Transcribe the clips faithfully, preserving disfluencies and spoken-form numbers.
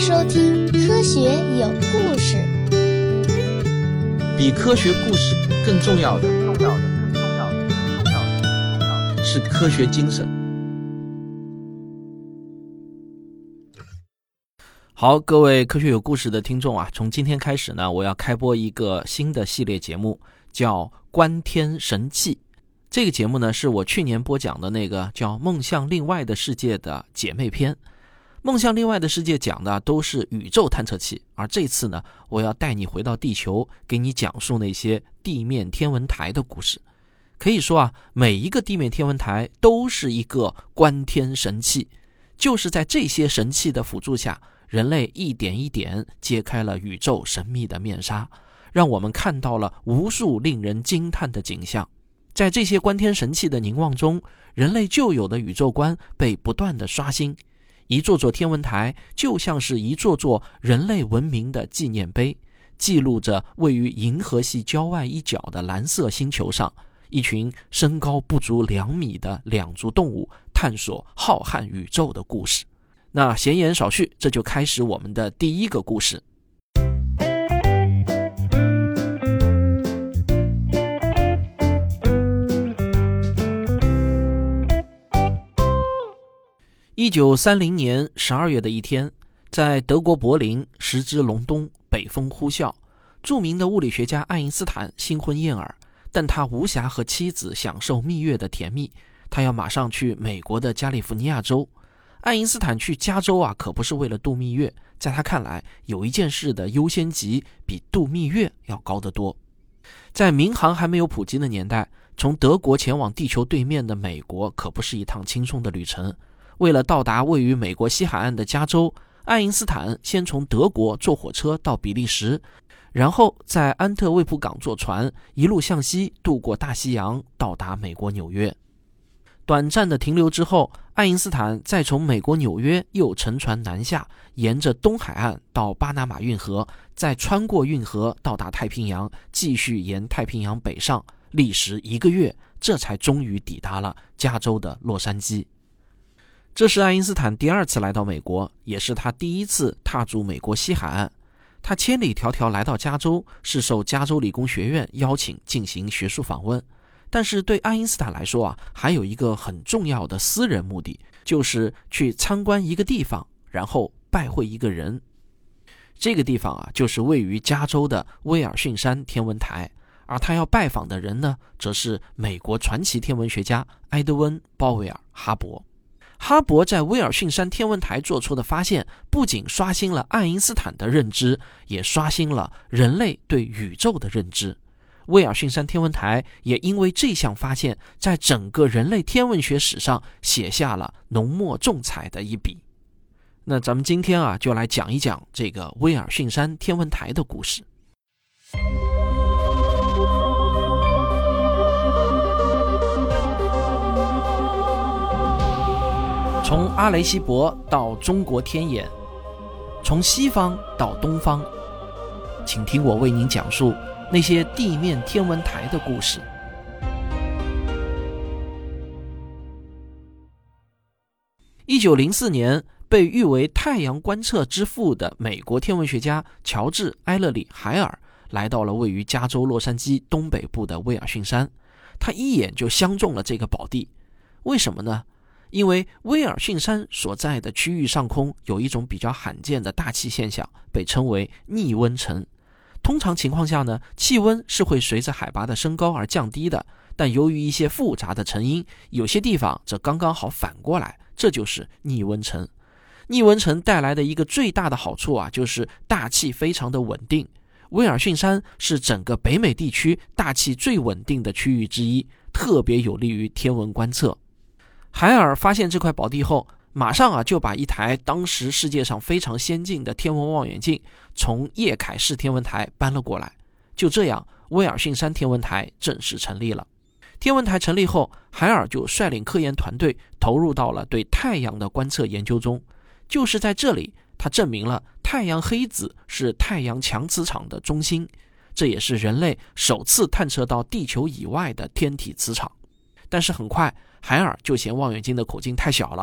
收听科学有故事。 比科学故事更重要的，更重要的，更重要的，更重要的，更重要的是科学精神。好，各位科学有故事的听众啊，从今天开始呢，我要开播一个新的系列节目，叫观天神器。这个节目呢，是我去年播讲的那个叫《梦向另外的世界》的姐妹篇。梦向另外的世界讲的都是宇宙探测器，而这次呢，我要带你回到地球，给你讲述那些地面天文台的故事。可以说啊，每一个地面天文台都是一个观天神器，就是在这些神器的辅助下，人类一点一点揭开了宇宙神秘的面纱，让我们看到了无数令人惊叹的景象。在这些观天神器的凝望中，人类旧有的宇宙观被不断的刷新。一座座天文台就像是一座座人类文明的纪念碑，记录着位于银河系郊外一角的蓝色星球上，一群身高不足两米的两足动物探索浩瀚宇宙的故事。那闲言少叙，这就开始我们的第一个故事。一九三零年十二月的一天，在德国柏林，时值隆冬，北风呼啸，著名的物理学家爱因斯坦新婚燕尔，但他无暇和妻子享受蜜月的甜蜜，他要马上去美国的加利福尼亚州。爱因斯坦去加州啊，可不是为了度蜜月，在他看来，有一件事的优先级比度蜜月要高得多。在民航还没有普及的年代，从德国前往地球对面的美国可不是一趟轻松的旅程。为了到达位于美国西海岸的加州，爱因斯坦先从德国坐火车到比利时，然后在安特卫普港坐船，一路向西渡过大西洋，到达美国纽约。短暂的停留之后，爱因斯坦再从美国纽约又乘船南下，沿着东海岸到巴拿马运河，再穿过运河到达太平洋，继续沿太平洋北上，历时一个月，这才终于抵达了加州的洛杉矶。这是爱因斯坦第二次来到美国，也是他第一次踏足美国西海岸。他千里迢迢来到加州，是受加州理工学院邀请进行学术访问。但是对爱因斯坦来说啊，还有一个很重要的私人目的，就是去参观一个地方，然后拜会一个人。这个地方啊，就是位于加州的威尔逊山天文台，而他要拜访的人呢，则是美国传奇天文学家埃德温·鲍威尔·哈勃。哈勃在威尔逊山天文台做出的发现，不仅刷新了爱因斯坦的认知，也刷新了人类对宇宙的认知。威尔逊山天文台也因为这项发现，在整个人类天文学史上写下了浓墨重彩的一笔。那咱们今天啊，就来讲一讲这个威尔逊山天文台的故事。从阿雷西博到中国天眼，从西方到东方，请听我为您讲述那些地面天文台的故事。一九零四年，被誉为太阳观测之父的美国天文学家乔治·埃勒里·海尔来到了位于加州洛杉矶东北部的威尔逊山，他一眼就相中了这个宝地。为什么呢？因为威尔逊山所在的区域上空有一种比较罕见的大气现象，被称为逆温层。通常情况下呢，气温是会随着海拔的升高而降低的，但由于一些复杂的成因，有些地方则刚刚好反过来，这就是逆温层。逆温层带来的一个最大的好处啊，就是大气非常的稳定。威尔逊山是整个北美地区大气最稳定的区域之一，特别有利于天文观测。海尔发现这块宝地后，马上啊就把一台当时世界上非常先进的天文望远镜从叶凯士天文台搬了过来。就这样，威尔逊山天文台正式成立了。天文台成立后，海尔就率领科研团队投入到了对太阳的观测研究中。就是在这里，他证明了太阳黑子是太阳强磁场的中心，这也是人类首次探测到地球以外的天体磁场。但是很快，海尔就嫌望远镜的口径太小了，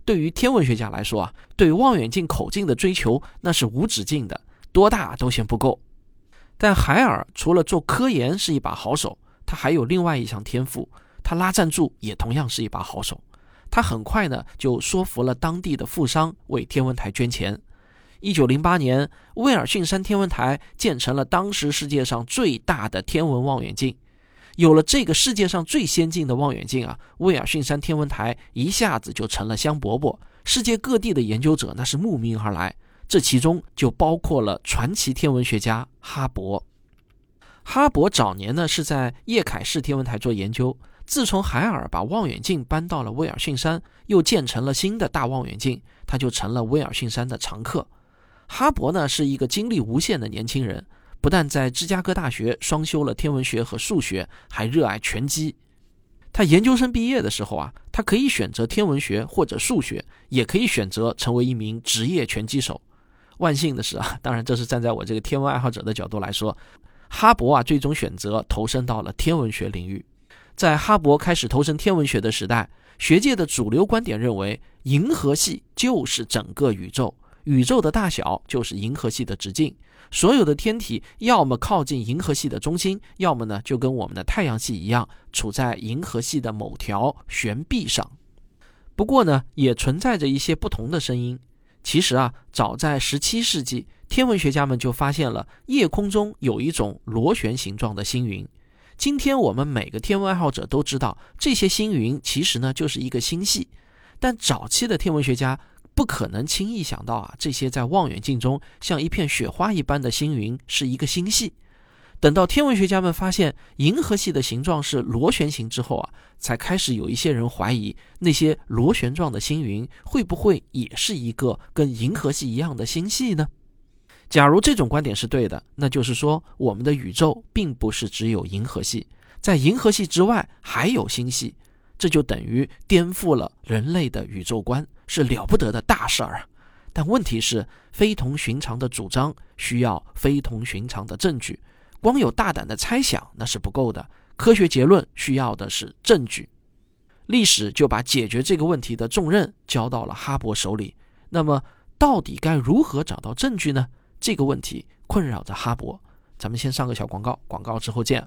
对于天文学家来说啊，对望远镜口径的追求那是无止境的，多大都嫌不够。但海尔除了做科研是一把好手，他还有另外一项天赋，他拉赞助也同样是一把好手。他很快呢就说服了当地的富商为天文台捐钱。一九零八年，威尔逊山天文台建成了当时世界上最大的天文望远镜。有了这个世界上最先进的望远镜啊，威尔逊山天文台一下子就成了香饽饽，世界各地的研究者那是慕名而来，这其中就包括了传奇天文学家哈勃。哈勃早年呢是在叶凯士天文台做研究，自从海尔把望远镜搬到了威尔逊山，又建成了新的大望远镜，他就成了威尔逊山的常客。哈勃呢是一个精力无限的年轻人，不但在芝加哥大学双修了天文学和数学，还热爱拳击。他研究生毕业的时候啊，他可以选择天文学或者数学，也可以选择成为一名职业拳击手。万幸的是啊，当然这是站在我这个天文爱好者的角度来说，哈勃啊最终选择投身到了天文学领域。在哈勃开始投身天文学的时代，学界的主流观点认为，银河系就是整个宇宙，宇宙的大小就是银河系的直径，所有的天体要么靠近银河系的中心，要么呢就跟我们的太阳系一样，处在银河系的某条悬臂上。不过呢，也存在着一些不同的声音。其实啊，早在十七世纪，天文学家们就发现了夜空中有一种螺旋形状的星云。今天我们每个天文爱好者都知道，这些星云其实呢就是一个星系，但早期的天文学家不可能轻易想到啊，这些在望远镜中像一片雪花一般的星云是一个星系。等到天文学家们发现银河系的形状是螺旋形之后啊，才开始有一些人怀疑那些螺旋状的星云会不会也是一个跟银河系一样的星系呢？假如这种观点是对的，那就是说我们的宇宙并不是只有银河系，在银河系之外还有星系，这就等于颠覆了人类的宇宙观，是了不得的大事儿啊！但问题是，非同寻常的主张需要非同寻常的证据，光有大胆的猜想那是不够的，科学结论需要的是证据。历史就把解决这个问题的重任交到了哈勃手里。那么到底该如何找到证据呢？这个问题困扰着哈勃。咱们先上个小广告，广告之后见。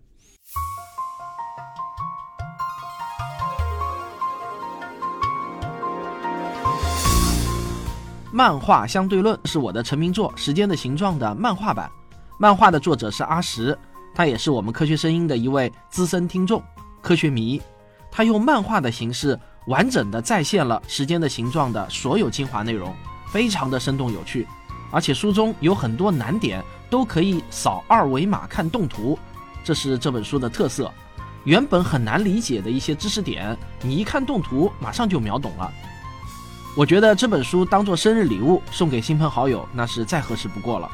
漫画相对论是我的成名作《时间的形状》的漫画版，漫画的作者是阿石，他也是我们科学声音的一位资深听众、科学迷。他用漫画的形式完整的再现了《时间的形状》的所有精华内容，非常的生动有趣。而且书中有很多难点都可以扫二维码看动图，这是这本书的特色。原本很难理解的一些知识点，你一看动图马上就秒懂了。我觉得这本书当做生日礼物送给亲朋好友，那是再合适不过了。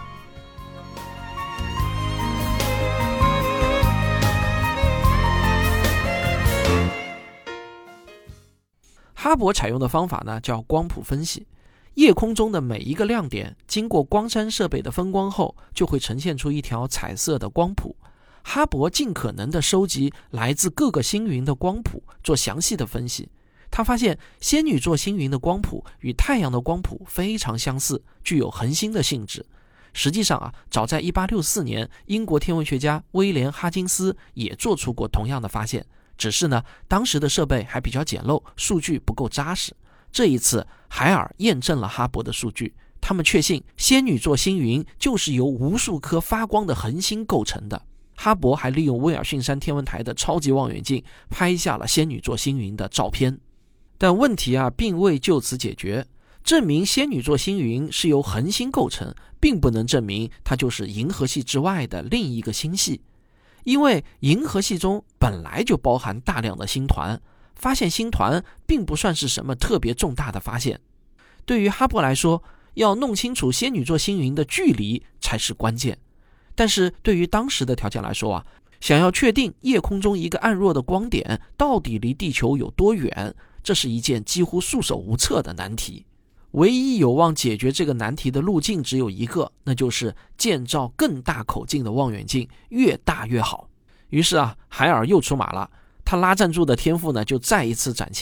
哈勃采用的方法呢，叫光谱分析。夜空中的每一个亮点经过光栅设备的分光后，就会呈现出一条彩色的光谱。哈勃尽可能的收集来自各个星云的光谱，做详细的分析。他发现仙女座星云的光谱与太阳的光谱非常相似，具有恒星的性质。实际上啊，早在一八六四年，英国天文学家威廉哈金斯也做出过同样的发现，只是呢，当时的设备还比较简陋，数据不够扎实。这一次海尔验证了哈勃的数据，他们确信仙女座星云就是由无数颗发光的恒星构成的。哈勃还利用威尔逊山天文台的超级望远镜拍下了仙女座星云的照片。但问题啊，并未就此解决。证明仙女座星云是由恒星构成，并不能证明它就是银河系之外的另一个星系，因为银河系中本来就包含大量的星团，发现星团并不算是什么特别重大的发现。对于哈勃来说，要弄清楚仙女座星云的距离才是关键。但是对于当时的条件来说啊，想要确定夜空中一个暗弱的光点到底离地球有多远，这是一件几乎束手无策的难题。唯一有望解决这个难题的路径只有一个，那就是建造更大口径的望远镜，越大越好。于是啊，海尔又出马了，他拉赞助的天赋呢就再一次展现。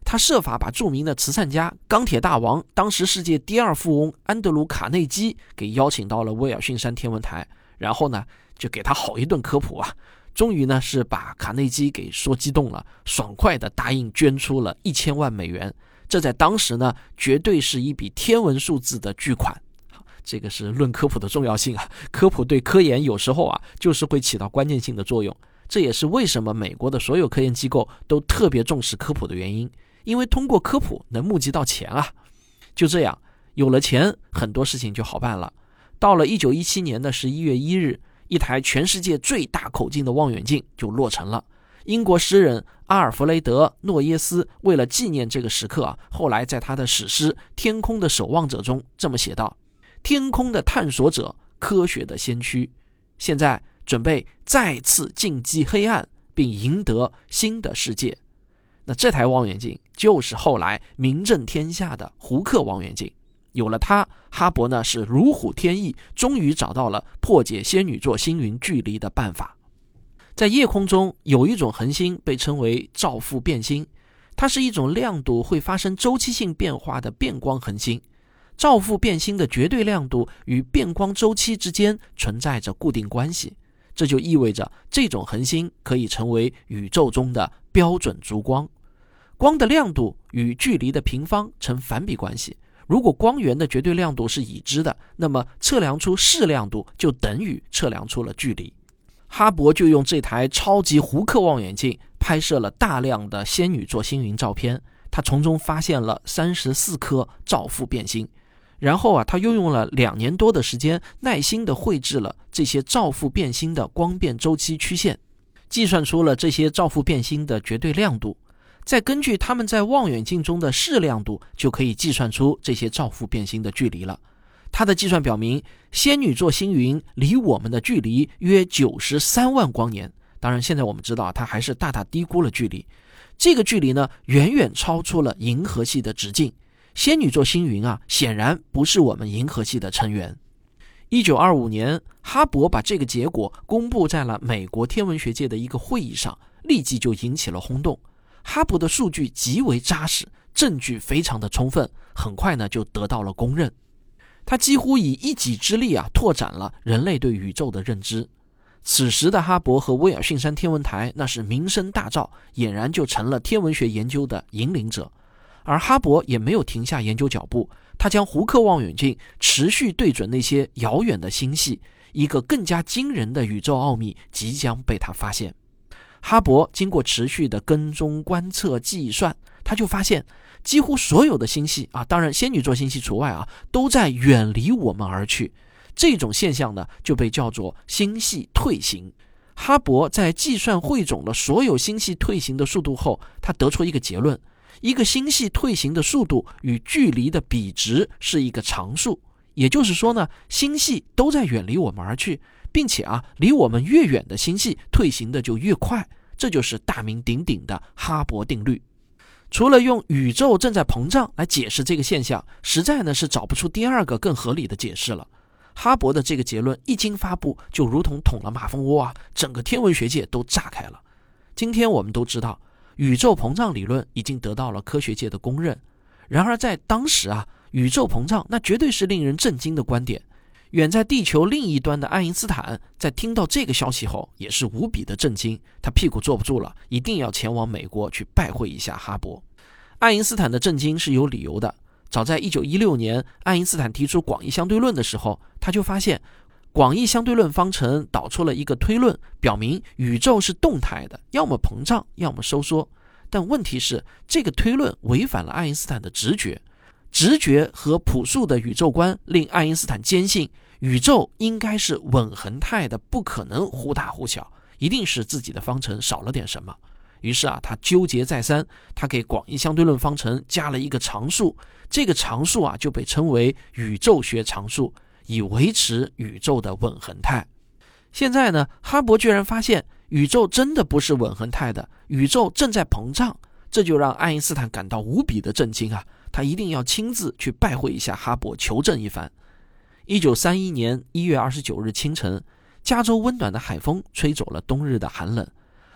他设法把著名的慈善家、钢铁大王、当时世界第二富翁安德鲁·卡内基给邀请到了威尔逊山天文台，然后呢就给他好一顿科普啊。终于呢是把卡内基给说激动了，爽快的答应捐出了一千万美元。这在当时呢绝对是一笔天文数字的巨款。这个是论科普的重要性啊，科普对科研有时候啊就是会起到关键性的作用。这也是为什么美国的所有科研机构都特别重视科普的原因，因为通过科普能募集到钱啊。就这样，有了钱，很多事情就好办了。到了一九一七年的十一月一日，一台全世界最大口径的望远镜就落成了。英国诗人阿尔弗雷德·诺耶斯为了纪念这个时刻啊，后来在他的史诗《天空的守望者》中这么写道：天空的探索者，科学的先驱，现在准备再次进击黑暗，并赢得新的世界。那这台望远镜就是后来名震天下的胡克望远镜。有了它，哈勃呢是如虎添翼，终于找到了破解仙女座星云距离的办法。在夜空中有一种恒星被称为照父变星，它是一种亮度会发生周期性变化的变光恒星。照父变星的绝对亮度与变光周期之间存在着固定关系，这就意味着这种恒星可以成为宇宙中的标准烛光。光的亮度与距离的平方成反比关系，如果光源的绝对亮度是已知的，那么测量出视亮度就等于测量出了距离。哈勃就用这台超级胡克望远镜拍摄了大量的仙女座星云照片，他从中发现了三十四颗照父变星。然后啊，他又用了两年多的时间，耐心地绘制了这些照父变星的光变周期曲线，计算出了这些照父变星的绝对亮度。再根据它们在望远镜中的视亮度，就可以计算出这些照父变星的距离了。它的计算表明，仙女座星云离我们的距离约九十三万光年。当然，现在我们知道它还是大大低估了距离。这个距离呢，远远超出了银河系的直径。仙女座星云啊，显然不是我们银河系的成员。一九二五年，哈勃把这个结果公布在了美国天文学界的一个会议上，立即就引起了轰动。哈勃的数据极为扎实，证据非常的充分，很快呢就得到了公认。他几乎以一己之力啊，拓展了人类对宇宙的认知。此时的哈勃和威尔逊山天文台那是名声大噪，俨然就成了天文学研究的引领者。而哈勃也没有停下研究脚步，他将胡克望远镜持续对准那些遥远的星系，一个更加惊人的宇宙奥秘即将被他发现。哈勃经过持续的跟踪、观测、计算，他就发现几乎所有的星系啊，当然仙女座星系除外啊，都在远离我们而去。这种现象呢，就被叫做星系退行。哈勃在计算汇总了所有星系退行的速度后，他得出一个结论：一个星系退行的速度与距离的比值是一个常数。也就是说呢，星系都在远离我们而去，并且啊，离我们越远的星系退行的就越快。这就是大名鼎鼎的哈勃定律。除了用宇宙正在膨胀来解释这个现象，实在呢是找不出第二个更合理的解释了。哈勃的这个结论一经发布，就如同捅了马蜂窝啊，整个天文学界都炸开了。今天我们都知道，宇宙膨胀理论已经得到了科学界的公认。然而在当时啊，宇宙膨胀那绝对是令人震惊的观点。远在地球另一端的爱因斯坦在听到这个消息后也是无比的震惊，他屁股坐不住了，一定要前往美国去拜会一下哈勃。爱因斯坦的震惊是有理由的。早在一九一六年，爱因斯坦提出广义相对论的时候，他就发现广义相对论方程导出了一个推论，表明宇宙是动态的，要么膨胀，要么收缩。但问题是，这个推论违反了爱因斯坦的直觉。直觉和朴素的宇宙观令爱因斯坦坚信宇宙应该是稳恒态的，不可能忽大忽小，一定是自己的方程少了点什么。于是啊，他纠结再三，他给广义相对论方程加了一个常数，这个常数啊就被称为宇宙学常数，以维持宇宙的稳恒态。现在呢，哈勃居然发现宇宙真的不是稳恒态的，宇宙正在膨胀，这就让爱因斯坦感到无比的震惊啊！他一定要亲自去拜会一下哈勃，求证一番。一九三一年一月二十九日清晨，加州温暖的海风吹走了冬日的寒冷。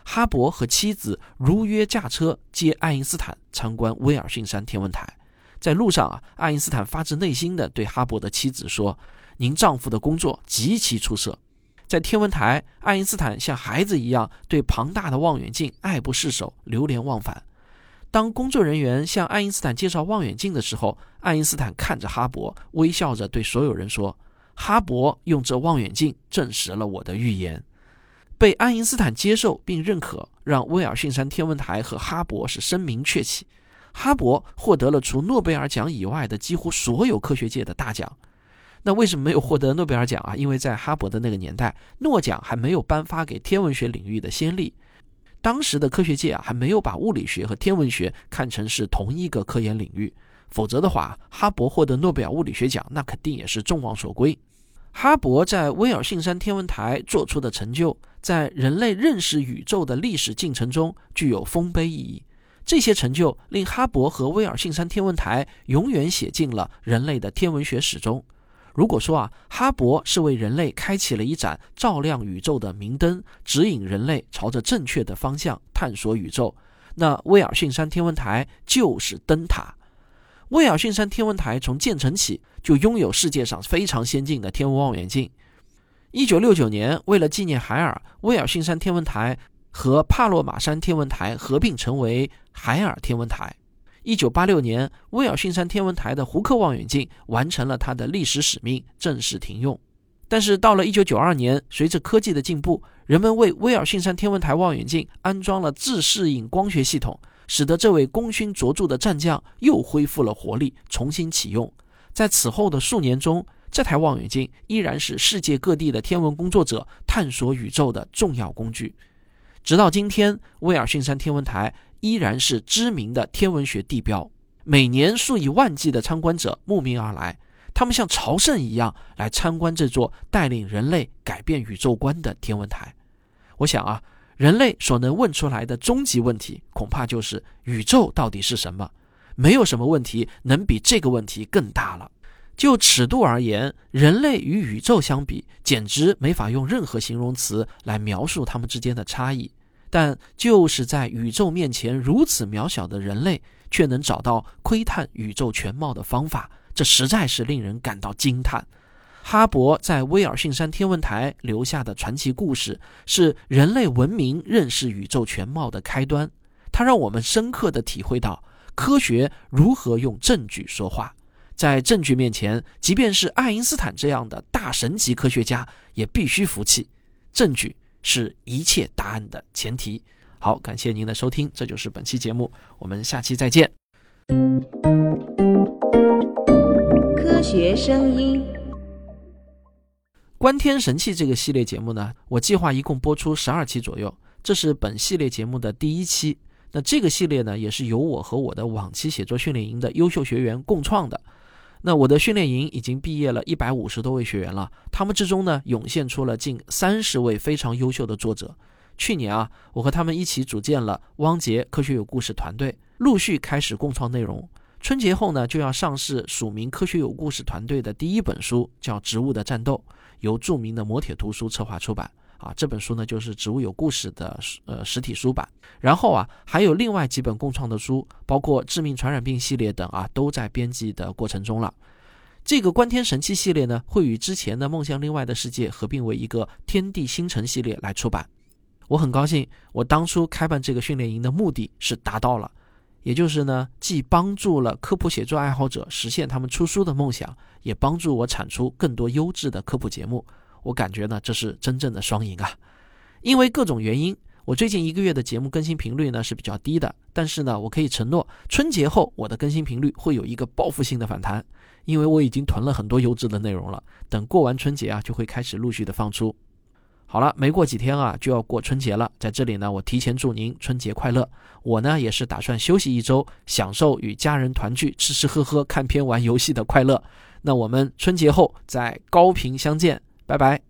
哈勃和妻子如约驾车接爱因斯坦参观威尔逊山天文台。在路上啊，爱因斯坦发自内心地对哈勃的妻子说：“您丈夫的工作极其出色。”在天文台，爱因斯坦像孩子一样对庞大的望远镜爱不释手，流连忘返。当工作人员向爱因斯坦介绍望远镜的时候，爱因斯坦看着哈勃，微笑着对所有人说：“哈勃用这望远镜证实了我的预言。”被爱因斯坦接受并认可，让威尔逊山天文台和哈勃是声名鹊起。哈勃获得了除诺贝尔奖以外的几乎所有科学界的大奖。那为什么没有获得诺贝尔奖啊？因为在哈勃的那个年代，诺奖还没有颁发给天文学领域的先例。当时的科学界啊，还没有把物理学和天文学看成是同一个科研领域，否则的话，哈勃获得诺贝尔物理学奖，那肯定也是众望所归。哈勃在威尔逊山天文台做出的成就，在人类认识宇宙的历史进程中具有丰碑意义。这些成就令哈勃和威尔逊山天文台永远写进了人类的天文学史中。如果说啊，哈勃是为人类开启了一盏照亮宇宙的明灯，指引人类朝着正确的方向探索宇宙，那威尔逊山天文台就是灯塔。威尔逊山天文台从建成起就拥有世界上非常先进的天文望远镜。一九六九年，为了纪念海尔，威尔逊山天文台和帕洛马山天文台合并成为海尔天文台。一九八六年，威尔逊山天文台的胡克望远镜完成了它的历史使命，正式停用。但是到了一九九二年，随着科技的进步，人们为威尔逊山天文台望远镜安装了自适应光学系统，使得这位功勋卓著的战将又恢复了活力，重新启用。在此后的数年中，这台望远镜依然是世界各地的天文工作者探索宇宙的重要工具。直到今天，威尔逊山天文台依然是知名的天文学地标，每年数以万计的参观者慕名而来，他们像朝圣一样来参观这座带领人类改变宇宙观的天文台。我想啊，人类所能问出来的终极问题，恐怕就是宇宙到底是什么？没有什么问题能比这个问题更大了。就尺度而言，人类与宇宙相比，简直没法用任何形容词来描述它们之间的差异。但就是在宇宙面前如此渺小的人类，却能找到窥探宇宙全貌的方法，这实在是令人感到惊叹。哈勃在威尔逊山天文台留下的传奇故事，是人类文明认识宇宙全貌的开端。它让我们深刻地体会到科学如何用证据说话。在证据面前，即便是爱因斯坦这样的大神级科学家也必须服气。证据是一切答案的前提。好，感谢您的收听，这就是本期节目，我们下期再见。 科学声音， 观天神器这个系列节目呢，我计划一共播出十二期左右，这是本系列节目的第一期。那这个系列呢，也是由我和我的往期写作训练营的优秀学员共创的。那我的训练营已经毕业了一百五十多位学员了，他们之中呢，涌现出了近三十位非常优秀的作者。去年啊，我和他们一起组建了汪杰科学有故事团队，陆续开始共创内容。春节后呢，就要上市署名科学有故事团队的第一本书，叫《植物的战斗》，由著名的磨铁图书策划出版。啊，这本书呢就是《植物有故事》的呃实体书版。然后啊，还有另外几本共创的书，包括致命传染病系列等啊，都在编辑的过程中了。这个观天神器系列呢，会与之前的梦想另外的世界合并为一个天地星辰系列来出版。我很高兴，我当初开办这个训练营的目的是达到了，也就是呢，既帮助了科普写作爱好者实现他们出书的梦想，也帮助我产出更多优质的科普节目。我感觉呢，这是真正的双赢啊！因为各种原因，我最近一个月的节目更新频率呢是比较低的，但是呢，我可以承诺，春节后我的更新频率会有一个报复性的反弹，因为我已经囤了很多优质的内容了，等过完春节啊，就会开始陆续的放出。好了，没过几天啊，就要过春节了，在这里呢，我提前祝您春节快乐。我呢，也是打算休息一周，享受与家人团聚、吃吃喝喝、看片、玩游戏的快乐。那我们春节后在高频相见。拜拜。